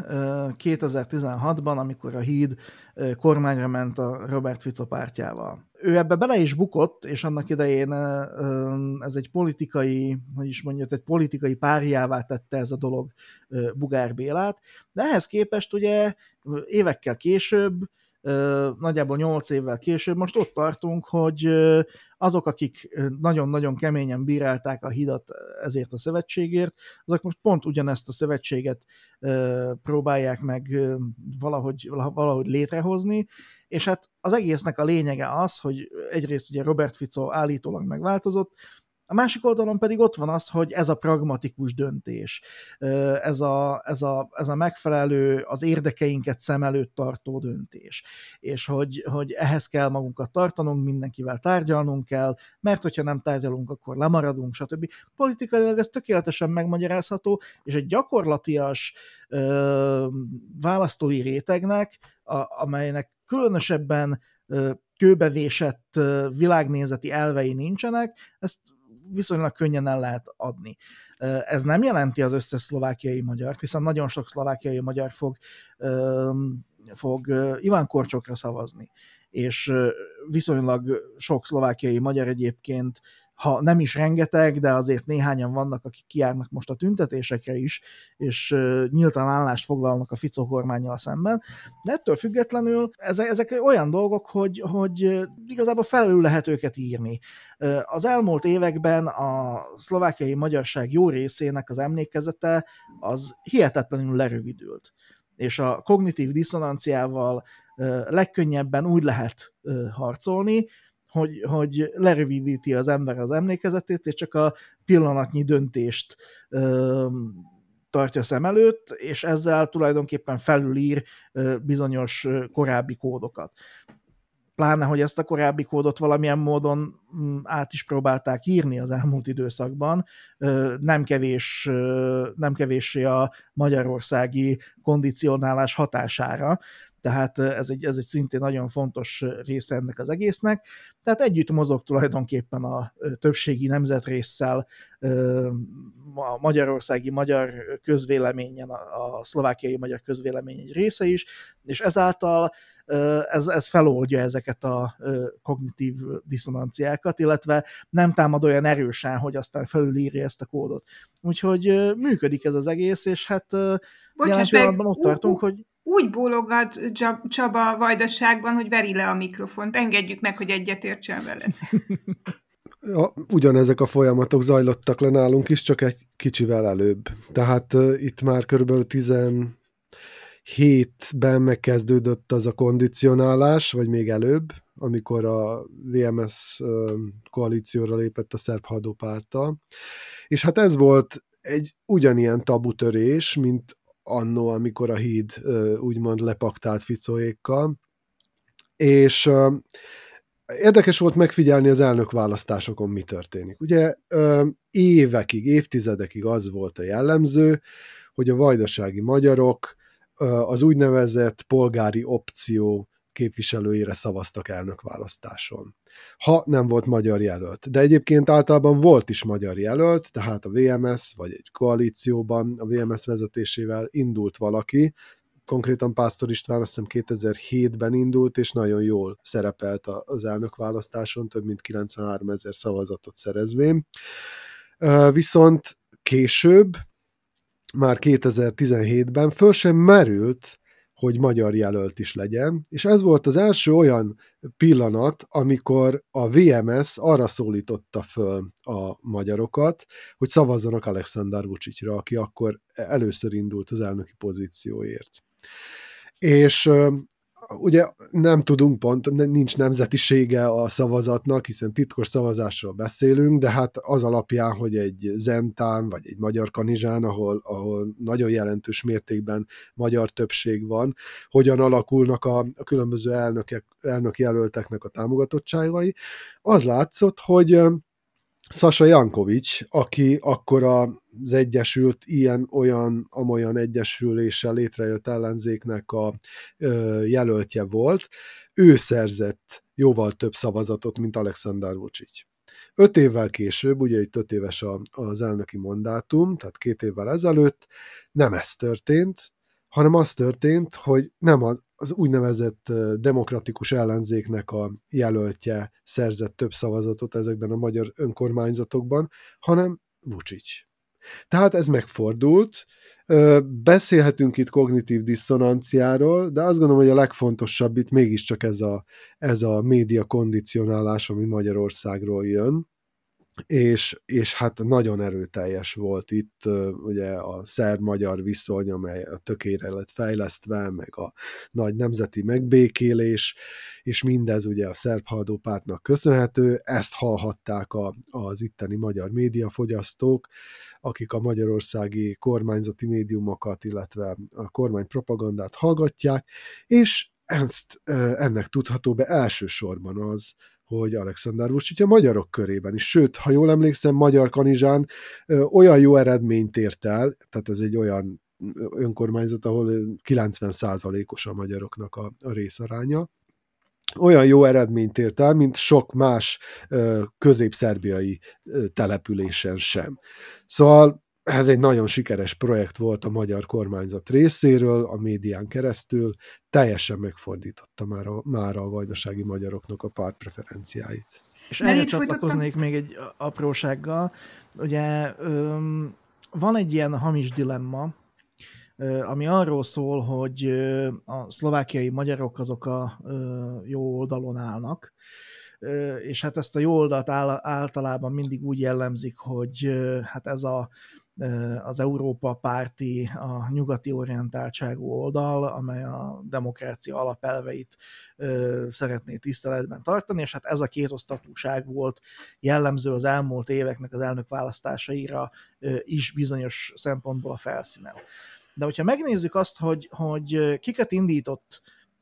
2016-ban, amikor a Híd kormányra ment a Robert Fico pártjával. Ő ebbe bele is bukott, és annak idején ez egy politikai, egy politikai párjává tette ez a dolog Bugár Bélát, de ehhez képest ugye évekkel később, nagyjából 8 évvel később most ott tartunk, hogy azok, akik nagyon-nagyon keményen bírálták a Hidat ezért a szövetségért, azok most pont ugyanezt a szövetséget próbálják meg valahogy létrehozni, és hát az egésznek a lényege az, hogy egyrészt ugye Robert Fico állítólag megváltozott, a másik oldalon pedig ott van az, hogy ez a pragmatikus döntés, ez a megfelelő, az érdekeinket szem előtt tartó döntés, és hogy ehhez kell magunkat tartanunk, mindenkivel tárgyalnunk kell, mert hogyha nem tárgyalunk, akkor lemaradunk, stb. Politikailag ez tökéletesen megmagyarázható, és egy gyakorlatias választói rétegnek, amelynek különösebben kőbevésett világnézeti elvei nincsenek, ezt viszonylag könnyen el lehet adni. Ez nem jelenti az összes szlovákiai magyart, hiszen nagyon sok szlovákiai magyar fog Iván Korcsokra szavazni, és viszonylag sok szlovákiai magyar egyébként, ha nem is rengeteg, de azért néhányan vannak, akik kijárnak most a tüntetésekre is, és nyíltan állást foglalnak a Fico kormánnyal szemben. De ettől függetlenül ezek olyan dolgok, hogy igazából felül lehet őket írni. Az elmúlt években a szlovákiai magyarság jó részének az emlékezete az hihetetlenül lerövidült. És a kognitív diszonanciával legkönnyebben úgy lehet harcolni, hogy lerövidíti az ember az emlékezetét, és csak a pillanatnyi döntést tartja szem előtt, és ezzel tulajdonképpen felülír bizonyos korábbi kódokat. pláne, hogy ezt a korábbi kódot valamilyen módon át is próbálták írni az elmúlt időszakban, nem kevéssé a magyarországi kondicionálás hatására, tehát ez egy szintén nagyon fontos része ennek az egésznek. Tehát együtt mozog tulajdonképpen a többségi nemzetrésszel, a magyarországi magyar közvéleményen, a szlovákiai magyar közvélemény egy része is, és ezáltal ez feloldja ezeket a kognitív diszonanciákat, illetve nem támad olyan erősen, hogy aztán felülírja ezt a kódot. Úgyhogy működik ez az egész, és hát jelen pillanatban ott tartunk, hogy úgy bólogat Csaba Vajdaságban, hogy veri le a mikrofont. Engedjük meg, hogy egyetértsen vele. Ugyanezek a folyamatok zajlottak le nálunk is, csak egy kicsivel előbb. Tehát itt már körülbelül 17-ben megkezdődött az a kondicionálás, vagy még előbb, amikor a VMS koalícióra lépett a szerb hadopárttal. És hát ez volt egy ugyanilyen tabutörés, mint annó, amikor a híd úgymond lepaktált Ficóékkal. És érdekes volt megfigyelni az elnökválasztásokon, mi történik. Ugye évekig, évtizedekig az volt a jellemző, hogy a vajdasági magyarok az úgynevezett polgári opció képviselőjére szavaztak elnökválasztáson, ha nem volt magyar jelölt. De egyébként általában volt is magyar jelölt, tehát a VMS vagy egy koalícióban a VMS vezetésével indult valaki, konkrétan Pásztor István azt hiszem 2007-ben indult, és nagyon jól szerepelt az elnökválasztáson, több mint 93 000 szavazatot szerezvén. Viszont később, már 2017-ben föl sem merült, hogy magyar jelölt is legyen, és ez volt az első olyan pillanat, amikor a VMS arra szólította föl a magyarokat, hogy szavazzanak Aleksandar Vučićra, aki akkor először indult az elnöki pozícióért. És ugye nem tudunk nincs nemzetisége a szavazatnak, hiszen titkos szavazásról beszélünk, de hát az alapján, hogy egy zentán, vagy egy magyar kanizsán, ahol nagyon jelentős mértékben magyar többség van, hogyan alakulnak a különböző elnökjelölteknek a támogatottságai, az látszott, hogy Sasa Jankovics, aki akkor az Egyesült ilyen-olyan-amolyan egyesüléssel létrejött ellenzéknek a jelöltje volt, ő szerzett jóval több szavazatot, mint Aleksandar Vučić. 5 évvel később, ugye itt 5 éves az elnöki mandátum, tehát 2 évvel ezelőtt nem ez történt, hanem az történt, hogy nem az úgynevezett demokratikus ellenzéknek a jelöltje szerzett több szavazatot ezekben a magyar önkormányzatokban, hanem Vučić. Tehát ez megfordult. Beszélhetünk itt kognitív diszonanciáról, de azt gondolom, hogy a legfontosabb itt mégiscsak ez a média kondicionálás, ami Magyarországról jön, és hát nagyon erőteljes volt itt ugye a szerb-magyar viszony, amely a tökére lett fejlesztve, meg a nagy nemzeti megbékélés, és mindez ugye a szerb hadopártnak köszönhető. Ezt hallhatták az itteni magyar médiafogyasztók, akik a magyarországi kormányzati médiumokat, illetve a kormánypropagandát hallgatják, és ennek tudható be elsősorban az, hogy Aleksandar Vučić a magyarok körében is. Sőt, ha jól emlékszem, Magyar Kanizsán olyan jó eredményt ért el, tehát ez egy olyan önkormányzat, ahol 90%-os a magyaroknak a részaránya, olyan jó eredményt ért el, mint sok más közép-szerbiai településen sem. Szóval ez egy nagyon sikeres projekt volt a magyar kormányzat részéről, a médián keresztül, teljesen megfordította már a vajdasági magyaroknak a pártpreferenciáit. És erre csatlakoznék még egy aprósággal. Ugye van egy ilyen hamis dilemma, ami arról szól, hogy a szlovákiai magyarok azok a jó oldalon állnak, és hát ezt a jó oldalt általában mindig úgy jellemzik, hogy hát ez az Európa párti, a nyugati orientáltságú oldal, amely a demokrácia alapelveit szeretné tiszteletben tartani, és hát ez a kétosztatúság volt jellemző az elmúlt éveknek az elnökválasztásaira is bizonyos szempontból a felszínen. De hogyha megnézzük azt, hogy kiket indított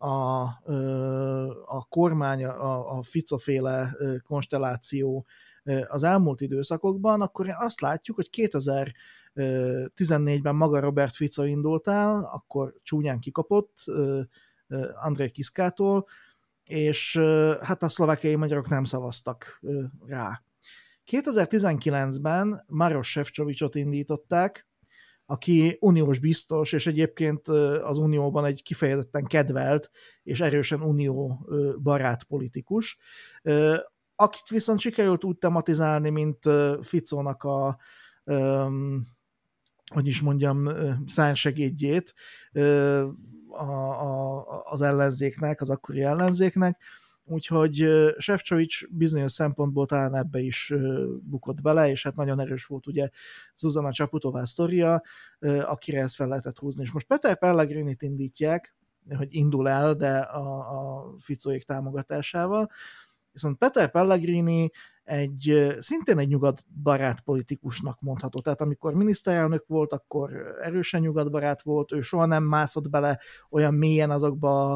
a kormány, a Fico-féle konstelláció az elmúlt időszakokban, akkor azt látjuk, hogy 2014-ben maga Robert Fico indult el, akkor csúnyán kikapott Andrej Kiszkától, és hát a szlovákiai magyarok nem szavaztak rá. 2019-ben Maroš Šefčovičot indították, aki uniós biztos, és egyébként az unióban egy kifejezetten kedvelt és erősen unió barát politikus, akit viszont sikerült úgy tematizálni, mint Ficónak hogy is mondjam, szársegédjét az ellenzéknek, az akkori ellenzéknek, úgyhogy Šefčovič bizonyos szempontból talán ebbe is bukott bele, és hát nagyon erős volt ugye Zuzana Čaputová sztoria, akire ezt fel lehetett húzni. És most Peter Pellegrinit indítják, hogy indul el, de a Ficóék támogatásával, viszont Peter Pellegrini szintén egy nyugatbarát politikusnak mondható. Tehát amikor miniszterelnök volt, akkor erősen nyugatbarát volt, ő soha nem mászott bele olyan mélyen azokba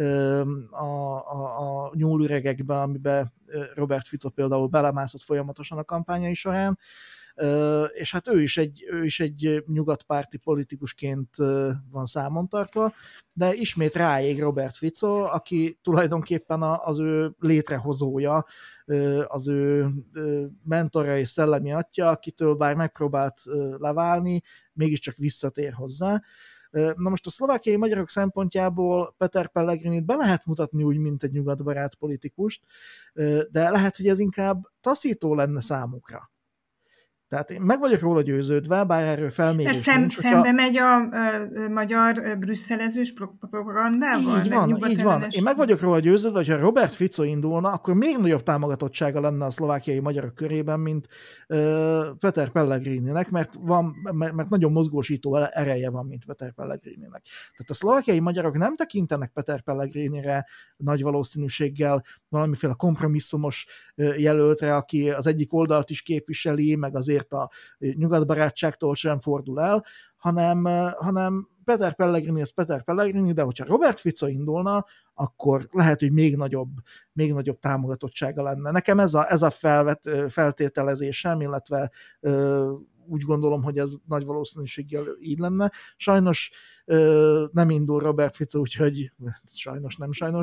a nyúlüregekbe, amiben Robert Fico például belemászott folyamatosan a kampányai során, és hát ő is egy nyugatpárti politikusként van számon tartva, de ismét ráég Robert Fico, aki tulajdonképpen az ő létrehozója, az ő mentora és szellemi atya, akitől bár megpróbált leválni, mégiscsak visszatér hozzá. Na most a szlovákiai magyarok szempontjából Peter Pellegrinit be lehet mutatni úgy, mint egy nyugatbarát politikust, de lehet, hogy ez inkább taszító lenne számukra. Tehát én meg vagyok róla győződve, bár erről felmérés szembe megy a magyar brüsszelezős propagandával? Így van. Én meg vagyok róla győződve, hogy ha Robert Fico indulna, akkor még nagyobb támogatottsága lenne a szlovákiai magyarok körében, mint Peter Pellegrininek, mert nagyon mozgósító ereje van, mint Peter Pellegrininek. Tehát a szlovákiai magyarok nem tekintenek Peter Pellegrinire nagy valószínűséggel valamiféle kompromisszumos jelöltre, aki az egyik oldalt is képviseli, meg azért a nyugatbarátságtól sem fordul el, hanem Peter Pellegrini az Peter Pellegrini, de hogyha Robert Fico indulna, akkor lehet, hogy még nagyobb támogatottsága lenne. Nekem ez a feltételezésem, illetve úgy gondolom, hogy ez nagy valószínűséggel így lenne. Sajnos nem indul Robert Fico, úgyhogy sajnos,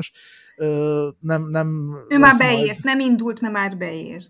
nem ő már beért, nem indult, mert már beért.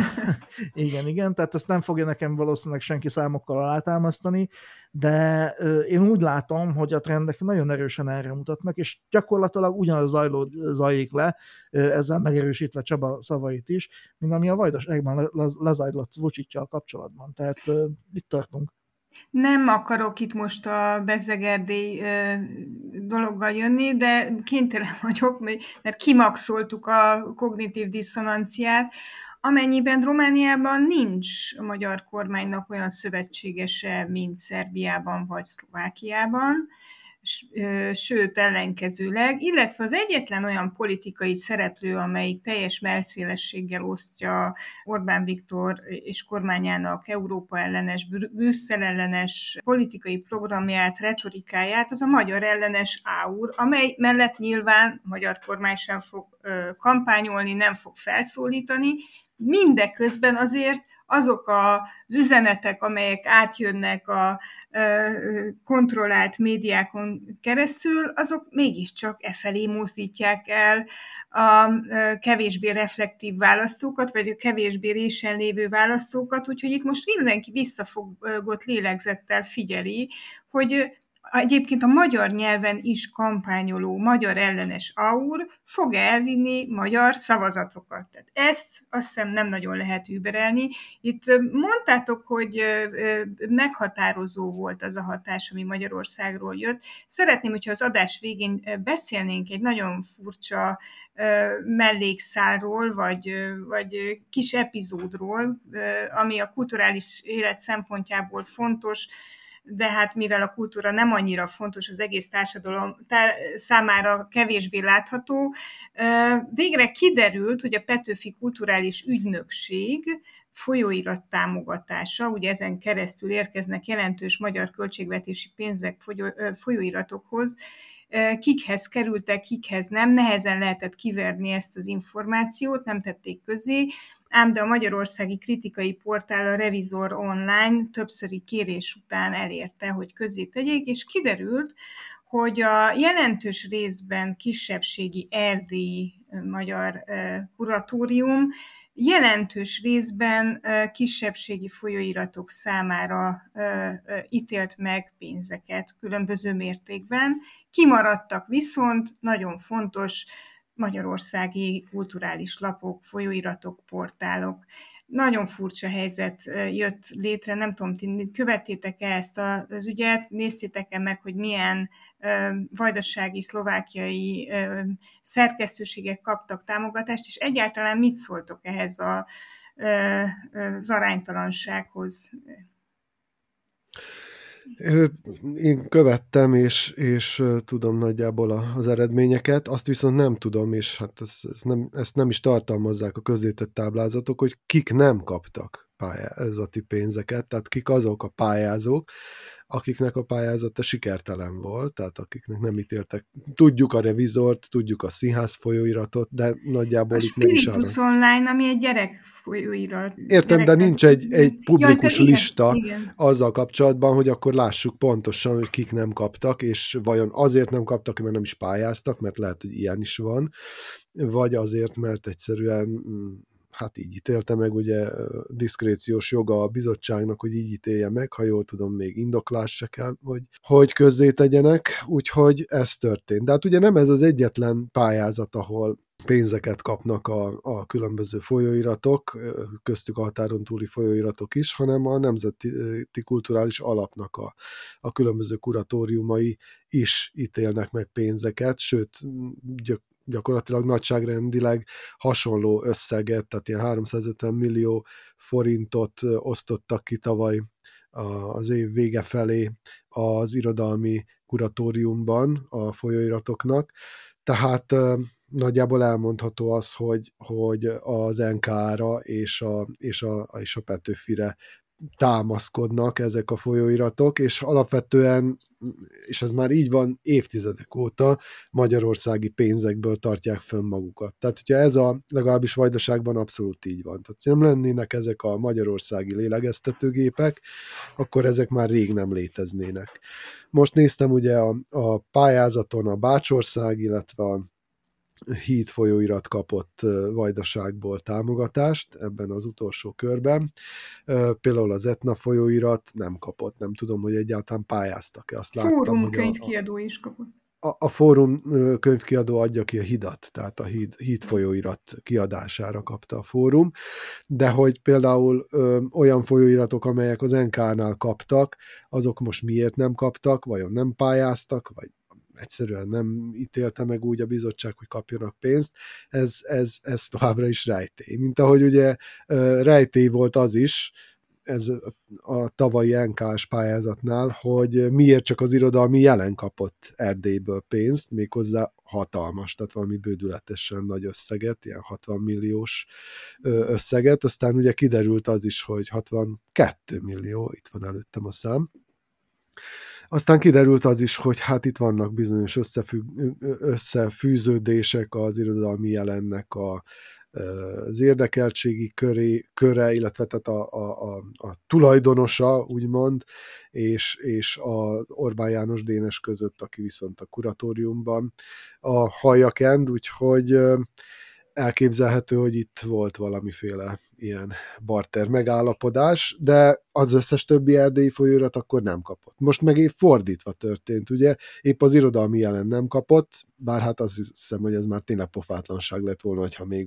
Igen, tehát ezt nem fogja nekem valószínűleg senki számokkal alátámasztani, de én úgy látom, hogy a trendek nagyon erősen erre mutatnak, és gyakorlatilag ugyanaz zajlik le, ezzel megerősítve Csaba szavait is, mint ami a Vajdaságban lezajlott Vučićsal kapcsolatban. Tehát itt tartunk. Nem akarok itt most a Bezzeg-Erdély dologgal jönni, de kénytelen vagyok, mert kimaxoltuk a kognitív diszonanciát, amennyiben Romániában nincs a magyar kormánynak olyan szövetségese, mint Szerbiában vagy Szlovákiában, sőt ellenkezőleg, illetve az egyetlen olyan politikai szereplő, amelyik teljes mellszélességgel osztja Orbán Viktor és kormányának Európa ellenes, Brüsszel ellenes politikai programját, retorikáját, az a magyar ellenes AUR, amely mellett nyilván a magyar kormány sem fog kampányolni, nem fog felszólítani, mindeközben azért azok az üzenetek, amelyek átjönnek a kontrollált médiákon keresztül, azok mégiscsak felé mozdítják el a kevésbé reflektív választókat, vagy a kevésbé résen lévő választókat, úgyhogy itt most mindenki visszafogott lélegzettel figyeli, hogy egyébként a magyar nyelven is kampányoló magyar ellenes AUR fog elvinni magyar szavazatokat. Tehát ezt azt hiszem nem nagyon lehet überelni. Itt mondtátok, hogy meghatározó volt az a hatás, ami Magyarországról jött. Szeretném, hogyha az adás végén beszélnénk egy nagyon furcsa mellékszálról, vagy kis epizódról, ami a kulturális élet szempontjából fontos, de hát mivel a kultúra nem annyira fontos, az egész társadalom számára kevésbé látható, végre kiderült, hogy a Petőfi Kulturális Ügynökség folyóirat támogatása, ugye ezen keresztül érkeznek jelentős magyar költségvetési pénzek folyóiratokhoz, kikhez kerültek, kikhez nem, nehezen lehetett kiverni ezt az információt, nem tették közzé, ám de a magyarországi kritikai portál, a Revizor Online többszöri kérés után elérte, hogy közzé tegyék, és kiderült, hogy a jelentős részben kisebbségi erdélyi magyar kuratórium jelentős részben kisebbségi folyóiratok számára ítélt meg pénzeket különböző mértékben. Kimaradtak viszont nagyon fontos magyarországi kulturális lapok, folyóiratok, portálok. Nagyon furcsa helyzet jött létre, nem tudom, ti követtétek-e ezt az ügyet, néztétek-e meg, hogy milyen vajdasági, szlovákiai szerkesztőségek kaptak támogatást, és egyáltalán mit szóltok ehhez az aránytalansághoz? Én követtem, és tudom nagyjából az eredményeket, azt viszont nem tudom, és hát ezt nem is tartalmazzák a közzétett táblázatok, hogy kik nem kaptak pályázati pénzeket, tehát kik azok a pályázók, akiknek a pályázata sikertelen volt, tehát akiknek nem ítéltek. Tudjuk a Revizort, tudjuk a Színház folyóiratot, de nagyjából itt nem is arra. A Spiritus Online, ami egy gyerek folyóirat. Értem, de nincs egy publikus lista azzal kapcsolatban, hogy akkor lássuk pontosan, hogy kik nem kaptak, és vajon azért nem kaptak, mert nem is pályáztak, mert lehet, hogy ilyen is van, vagy azért, mert egyszerűen hát így ítélte meg, ugye diszkréciós joga a bizottságnak, hogy így ítélje meg, ha jól tudom, még indoklás se kell, hogy közzétegyenek, úgyhogy ez történt. De hát ugye nem ez az egyetlen pályázat, ahol pénzeket kapnak a különböző folyóiratok, köztük a határon túli folyóiratok is, hanem a Nemzeti Kulturális Alapnak a különböző kuratóriumai is ítélnek meg pénzeket, sőt, gyakorlatilag nagyságrendileg hasonló összeget, tehát ilyen 350 millió forintot osztottak ki tavaly az év vége felé az irodalmi kuratóriumban a folyóiratoknak. Tehát nagyjából elmondható az, hogy az NK-ra és a Petőfire támaszkodnak ezek a folyóiratok, és alapvetően, és ez már így van évtizedek óta, magyarországi pénzekből tartják fönn magukat. Tehát, hogyha ez legalábbis Vajdaságban abszolút így van. Tehát, ha nem lennének ezek a magyarországi lélegeztetőgépek, akkor ezek már rég nem léteznének. Most néztem ugye a pályázaton a Bácsország, illetve a Híd folyóirat kapott Vajdaságból támogatást ebben az utolsó körben. Például az Etna folyóirat nem kapott, nem tudom, hogy egyáltalán pályáztak-e. Azt láttam, Fórum könyvkiadó is kapott. A Fórum könyvkiadó adja ki a Hidat, tehát a Híd folyóirat kiadására kapta a Fórum, de hogy például olyan folyóiratok, amelyek az NK-nál kaptak, azok most miért nem kaptak, vajon nem pályáztak, vagy egyszerűen nem ítélte meg úgy a bizottság, hogy kapjanak pénzt, ez továbbra is rejtély. Mint ahogy ugye rejtély volt az is, ez a tavalyi NK-s pályázatnál, hogy miért csak az irodalmi jelen kapott Erdélyből pénzt, méghozzá hatalmas, tehát valami bődületesen nagy összeget, ilyen 60 milliós összeget, aztán ugye kiderült az is, hogy 62 millió, itt van előttem a szám. Aztán kiderült az is, hogy hát itt vannak bizonyos összefűződések az irodalmi jelennek az érdekeltségi köre, illetve tehát a tulajdonosa, úgymond, és az Orbán János Dénes között, aki viszont a kuratóriumban a hajjakend, úgyhogy elképzelhető, hogy itt volt valamiféle ilyen barter megállapodás, de az összes többi erdélyi folyóirat akkor nem kapott. Most meg épp fordítva történt, ugye? Épp az irodalmi jelen nem kapott, bár hát azt hiszem, hogy ez már tényleg pofátlanság lett volna, hogyha még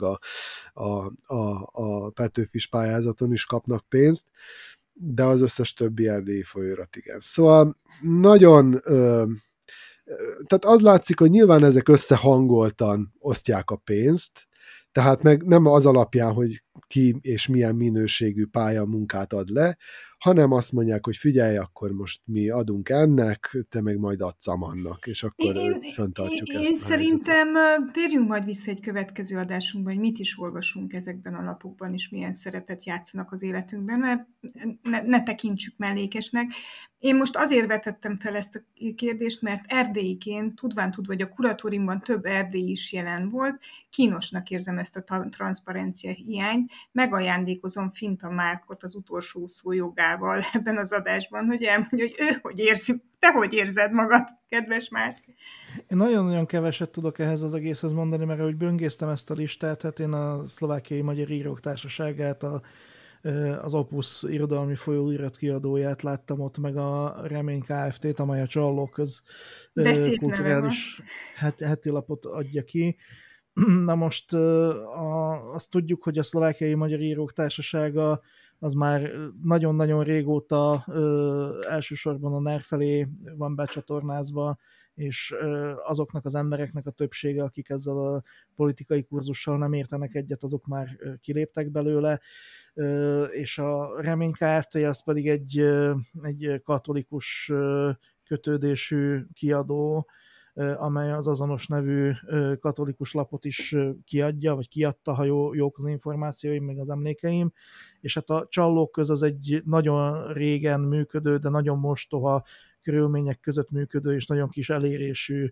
a Petőfis pályázaton is kapnak pénzt, de az összes többi erdélyi folyóirat igen. Szóval nagyon... tehát az látszik, hogy nyilván ezek összehangoltan osztják a pénzt, tehát meg nem az alapján, hogy ki és milyen minőségű pályamunkát ad le, hanem azt mondják, hogy figyelj, akkor most mi adunk ennek, te meg majd adsz annak, és akkor fenntartjuk ezt a helyzetet. Szerintem térjünk majd vissza egy következő adásunkban, hogy mit is olvasunk ezekben a lapokban, és milyen szerepet játszanak az életünkben, mert ne tekintsük mellékesnek. Én most azért vetettem fel ezt a kérdést, mert erdélyiként, tudván tudva, hogy a kuratóriumban több erdélyi is jelen volt, kínosnak érzem ezt a transzparencia hiányt, megajándékozom Finta Márkot az utolsó úszó jogával ebben az adásban, hogy elmondja, hogy ő hogy érzi, te hogy érzed magad, kedves Márk? Én nagyon-nagyon keveset tudok ehhez az egészhez mondani, mert ahogy böngésztem ezt a listát, hát én a Szlovákiai Magyar Írók Társaságát, az Opus irodalmi folyóirat kiadóját láttam ott, meg a Remény Kft-t, amely a Csallóköz kulturális heti lapot adja ki. Na most azt tudjuk, hogy a Szlovákiai Magyar Írók Társasága az már nagyon-nagyon régóta elsősorban a NER felé van becsatornázva, és azoknak az embereknek a többsége, akik ezzel a politikai kurzussal nem értenek egyet, azok már kiléptek belőle, és a Remény Kft. Az pedig egy katolikus kötődésű kiadó, amely az azonos nevű katolikus lapot is kiadja, vagy kiadta, ha jók az információim, meg az emlékeim, és hát a Csallóköz az egy nagyon régen működő, de nagyon mostoha körülmények között működő, és nagyon kis elérésű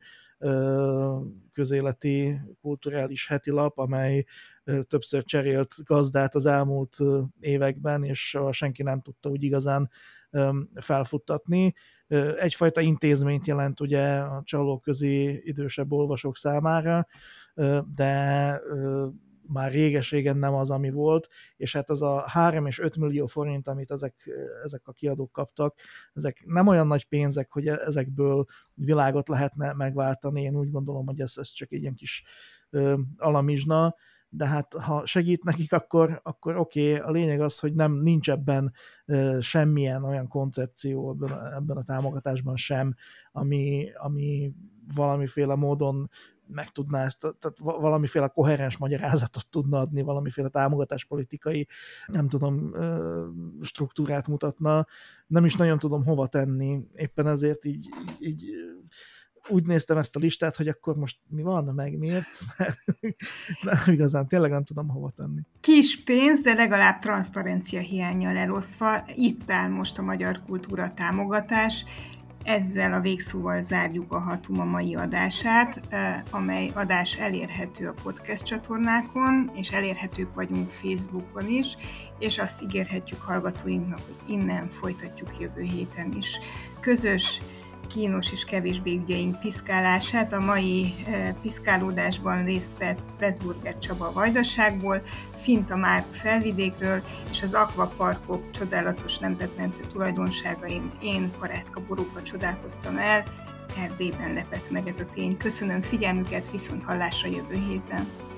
közéleti, kulturális hetilap, amely többször cserélt gazdát az elmúlt években, és senki nem tudta úgy igazán felfuttatni. Egyfajta intézményt jelent ugye a Csallóközi idősebb olvasók számára, de már réges-régen nem az, ami volt, és hát az a 3 és 5 millió forint, amit ezek a kiadók kaptak, ezek nem olyan nagy pénzek, hogy ezekből világot lehetne megváltani. Én úgy gondolom, hogy ez csak egy ilyen kis alamizsna, de hát ha segít nekik, akkor oké. A lényeg az, hogy nincs ebben semmilyen olyan koncepció ebben a támogatásban sem, ami valamiféle módon meg tudná ezt, tehát valamiféle koherens magyarázatot tudna adni, valamiféle támogatáspolitikai, nem tudom, struktúrát mutatna. Nem is nagyon tudom hova tenni, éppen ezért így úgy néztem ezt a listát, hogy akkor most mi van, meg miért, mert nem, igazán tényleg nem tudom hova tenni. Kis pénz, de legalább transzparencia hiánnyal elosztva. Itt áll most a magyar kultúra támogatás. Ezzel a végszóval zárjuk a Hatum a mai adását, amely adás elérhető a podcast csatornákon, és elérhetők vagyunk Facebookon is, és azt ígérhetjük hallgatóinknak, hogy innen folytatjuk jövő héten is. Közös, kínos és kevésbé ügyeink piszkálását a mai piszkálódásban részt vett Pressburger Csaba Vajdaságból, Finta Márk Felvidékről, és az akvaparkok csodálatos nemzetmentő tulajdonságain én, Parászka Boróka csodálkoztam el, Erdélyben lepett meg ez a tény. Köszönöm figyelmüket, viszont hallásra jövő héten!